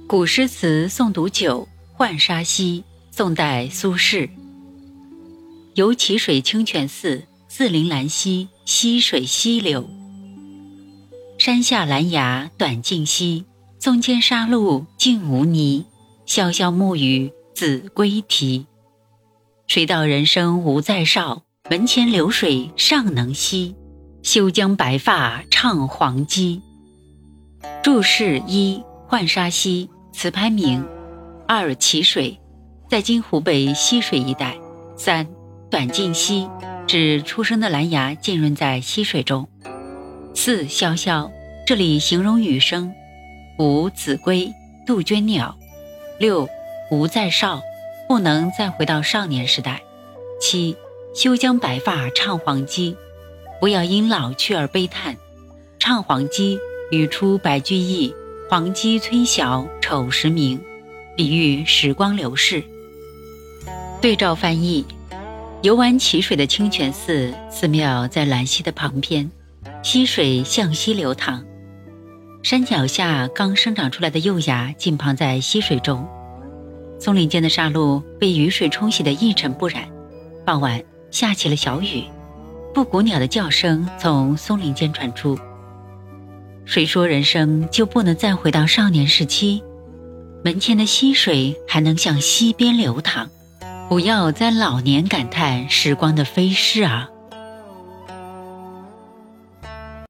古诗词诵读9，浣纱溪，宋代苏轼。游蕲水清泉寺，四邻兰溪，溪水溪流。山下兰芽短径稀，松间沙路净无泥。潇潇暮雨子规啼。谁道人生无再少，门前流水尚能西。休将白发唱黄鸡。注释1，浣纱溪，词牌名。2，蕲水，在今湖北溪水一带。3，短径溪，指出生的兰芽浸润在溪水中。4，潇潇，这里形容雨声。5，子规，杜鹃鸟。6，无再少，不能再回到少年时代。7，休将白发唱黄鸡，不要因老去而悲叹。唱黄鸡，语出白居易黄鸡催晓丑时明，比喻时光流逝。对照翻译，游玩蕲水的清泉寺，寺庙在兰溪的旁边，溪水向西流淌，山脚下刚生长出来的幼芽浸泡在溪水中，松林间的沙路被雨水冲洗得一尘不染。傍晚下起了小雨，布谷鸟的叫声从松林间传出。谁说人生就不能再回到少年时期？门前的溪水还能向溪边流淌，不要在老年感叹时光的飞逝啊！